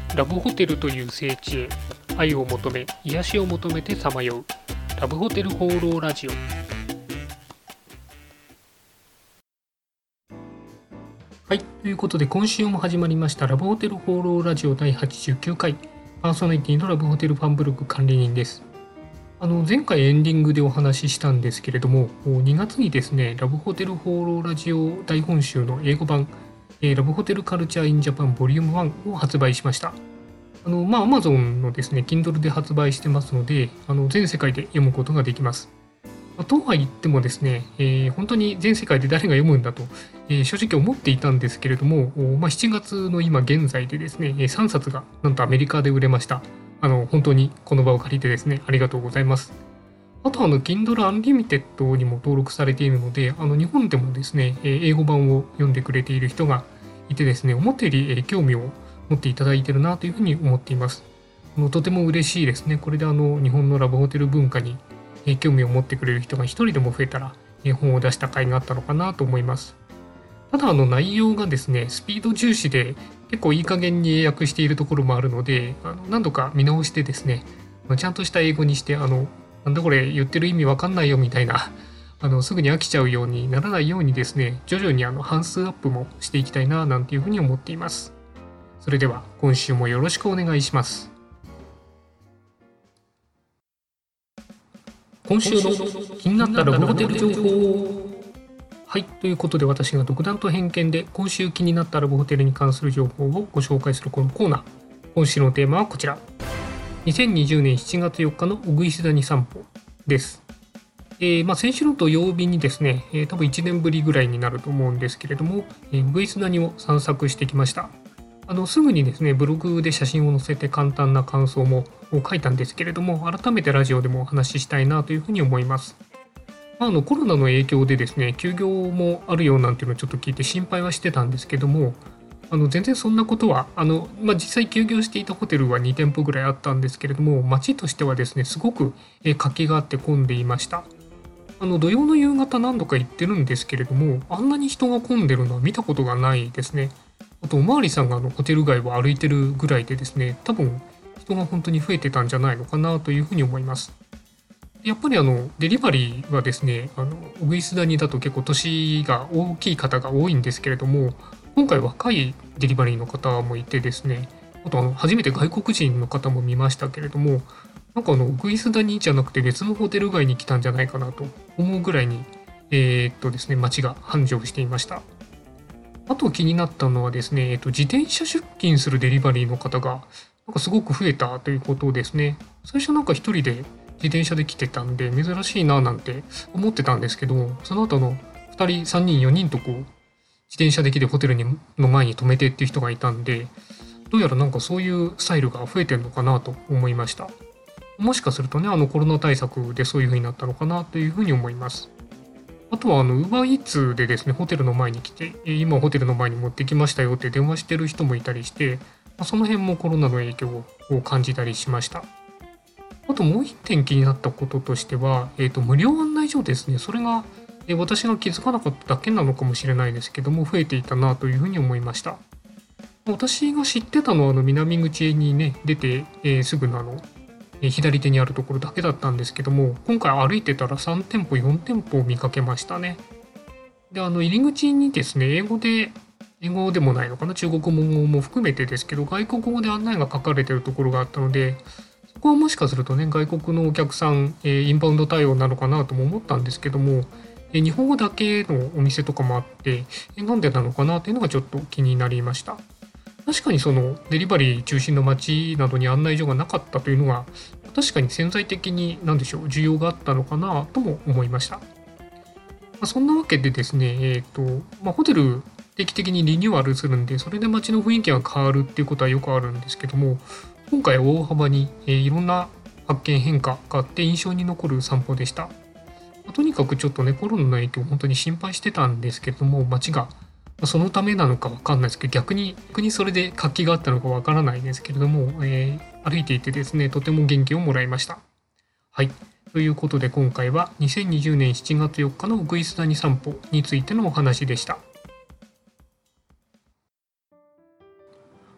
ラブホテルという聖地へ愛を求め癒しを求めてさまようラブホテル放浪ラジオ。はい、ということで今週も始まりましたラブホテル放浪ラジオ第89回、パーソナリティのラブホテルファンブログ管理人です。前回エンディングでお話ししたんですけれども、2月にですねラブホテル放浪ラジオ大本集の英語版ラブホテルカルチャーインジャパンボリューム1を発売しました。Amazon のですね Kindle で発売してますので、全世界で読むことができます。とは言ってもですね、本当に全世界で誰が読むんだと、正直思っていたんですけれども、7月の今現在でですね3冊がなんとアメリカで売れました。本当にこの場を借りてですねありがとうございます。あとKindle Unlimited にも登録されているので、日本でもですね英語版を読んでくれている人がいてですね、思ったより興味を持っていただいているなというふうに思っています。とても嬉しいですね。これで日本のラブホテル文化に興味を持ってくれる人が一人でも増えたら本を出した甲斐があったのかなと思います。ただ内容がですねスピード重視で結構いい加減に英訳しているところもあるので、何度か見直してですねちゃんとした英語にして、なんだこれ言ってる意味わかんないよみたいなすぐに飽きちゃうようにならないようにですね、徐々に半数アップもしていきたいななんていうふうに思っています。それでは今週もよろしくお願いします。今週の気になったラブホテル情報。はい、ということで私が独断と偏見で今週気になったラブホテルに関する情報をご紹介するこのコーナー。今週のテーマはこちら。2020年7月4日の小栗谷散歩です。先週の土曜日にですね、多分1年ぶりぐらいになると思うんですけれども、小栗谷を散策してきました。すぐにですねブログで写真を載せて簡単な感想も書いたんですけれども、改めてラジオでもお話ししたいなというふうに思います。コロナの影響でですね休業もあるようなんていうのをちょっと聞いて心配はしてたんですけども、全然そんなことは実際休業していたホテルは2店舗ぐらいあったんですけれども、街としてはですねすごく活気があって混んでいました。土曜の夕方何度か行ってるんですけれども、あんなに人が混んでるのは見たことがないですね。あとおまわりさんがホテル街を歩いてるぐらいでですね、多分人が本当に増えてたんじゃないのかなというふうに思います。やっぱりデリバリーはですね小栗谷だと結構年が大きい方が多いんですけれども、今回若いデリバリーの方もいてですね、あと初めて外国人の方も見ましたけれども、なんか小栗谷じゃなくて別のホテル街に来たんじゃないかなと思うぐらいにですね街が繁盛していました。あと気になったのはですね、自転車出勤するデリバリーの方がなんかすごく増えたということですね。最初なんか一人で自転車で来てたんで珍しいななんて思ってたんですけど、その後2人3人4人とこう自転車で来てホテルの前に止めてっていう人がいたんで、どうやらなんかそういうスタイルが増えてるのかなと思いました。もしかするとねコロナ対策でそういう風になったのかなという風に思います。あとはUber Eats でですねホテルの前に来て今ホテルの前に持ってきましたよって電話してる人もいたりして、その辺もコロナの影響を感じたりしました。あともう一点気になったこととしては、無料案内所ですね。それが私が気づかなかっただけなのかもしれないですけども増えていたなというふうに思いました。私が知ってたのは南口にね出て、すぐの左手にあるところだけだったんですけども、今回歩いてたら3店舗4店舗見かけましたね。で入り口にですね英語でもないのかな、中国語も含めてですけど外国語で案内が書かれているところがあったので、そこはもしかするとね外国のお客さんインバウンド対応なのかなとも思ったんですけども、日本語だけのお店とかもあってなんでなのかなというのがちょっと気になりました。確かにそのデリバリー中心の街などに案内所がなかったというのは確かに潜在的に何でしょう需要があったのかなとも思いました。そんなわけでですね、ホテル定期的にリニューアルするんで、それで街の雰囲気が変わるっていうことはよくあるんですけども、今回大幅にいろんな発見変化があって印象に残る散歩でした。とにかくちょっとねコロナの影響を本当に心配してたんですけども、街がそのためなのか分かんないですけど、逆にそれで活気があったのか分からないですけれども、歩いていてですねとても元気をもらいました。はい、ということで今回は2020年7月4日の小栗谷散歩についてのお話でした。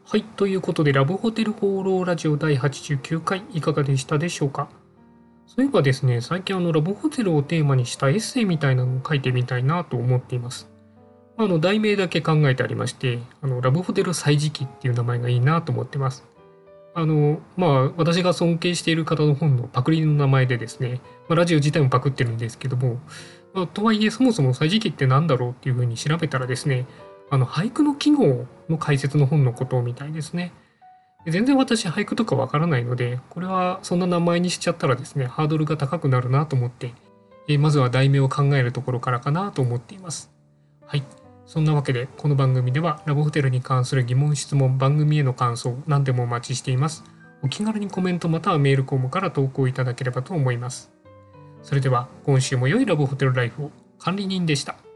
はい、ということでラブホテル放浪ラジオ第89回いかがでしたでしょうか。そういえばですね、最近ラブホテルをテーマにしたエッセイみたいなのを書いてみたいなと思っています。題名だけ考えてありまして、ラブホテル歳時記っていう名前がいいなと思ってます。私が尊敬している方の本のパクリの名前でですね、ラジオ自体もパクってるんですけども、とはいえそもそも歳時記って何だろうっていうふうに調べたらですね、俳句の季語の解説の本のことみたいですね。全然私俳句とかわからないので、これはそんな名前にしちゃったらですね、ハードルが高くなるなと思って、まずは題名を考えるところからかなと思っています。はい。そんなわけで、この番組ではラブホテルに関する疑問、質問、番組への感想、何でもお待ちしています。お気軽にコメントまたはメールフォームから投稿いただければと思います。それでは、今週も良いラブホテルライフを。管理人でした。